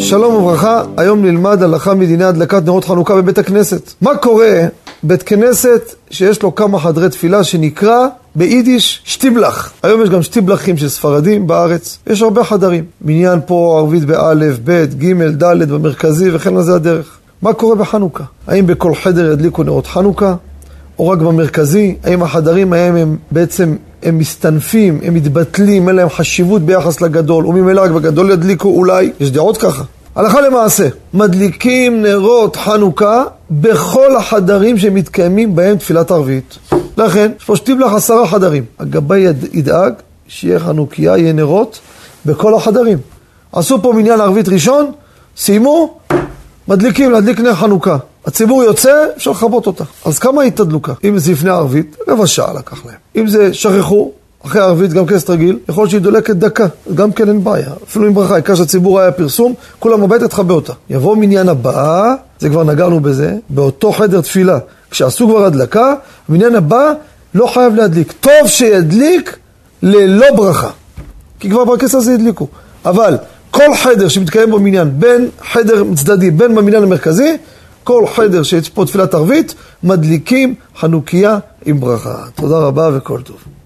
שלום וברכה, היום נלמד הלכה מדיני הדלקת נרות חנוכה בבית הכנסת. מה קורה בית כנסת שיש לו כמה חדרי תפילה שנקרא ביידיש שטיבלח? היום יש גם שטיבלחים של ספרדים בארץ, יש הרבה חדרים. מניין פה ערבית באלף, בית, ג', ד' במרכזי וכן לזה הדרך. מה קורה בחנוכה? האם בכל חדר ידליקו נרות חנוכה? או רק במרכזי? האם החדרים הם בעצם הם מסתנפים, הם מתבטלים, אין להם חשיבות ביחס לגדול, וממילא רק בגדול ידליקו אולי? יש דעות ככה. הלכה למעשה, מדליקים נרות חנוכה בכל החדרים שמתקיימים בהם תפילת ערבית. לכן, יש פה שטיבלח 10 חדרים. הגבאי ידאג שיהיה חנוכיה, יהיה נרות בכל החדרים. עשו פה מניין ערבית ראשון, סיימו, מדליקים להדליק נר חנוכה. הציבור יוצא, אפשר לחבות אותה. אז כמה היא תדלוקה? אם זה לפני ערבית, רבע שעה לקח להם. אם זה שכחו, אחרי ערבית, גם כסת רגיל, יכול שהיא דולקת דקה. גם כן אין בעיה. אפילו עם ברכה, העיקר שהציבור היה פרסום, כולם הבית תחבא אותה. יבוא מניין הבא, זה כבר נגרנו בזה, באותו חדר תפילה. כשעשו כבר הדלקה, מניין הבא לא חייב להדליק. טוב שידליק ללא ברכה. כי כבר בכס הזה ידליקו. אבל כל חדר שמתקיים בו מניין, בין חדר צדדי, בין במניין המרכזי, כל חדר שיש פה תפילת ערבית, מדליקים חנוכיה עם ברכה. תודה רבה וכל טוב.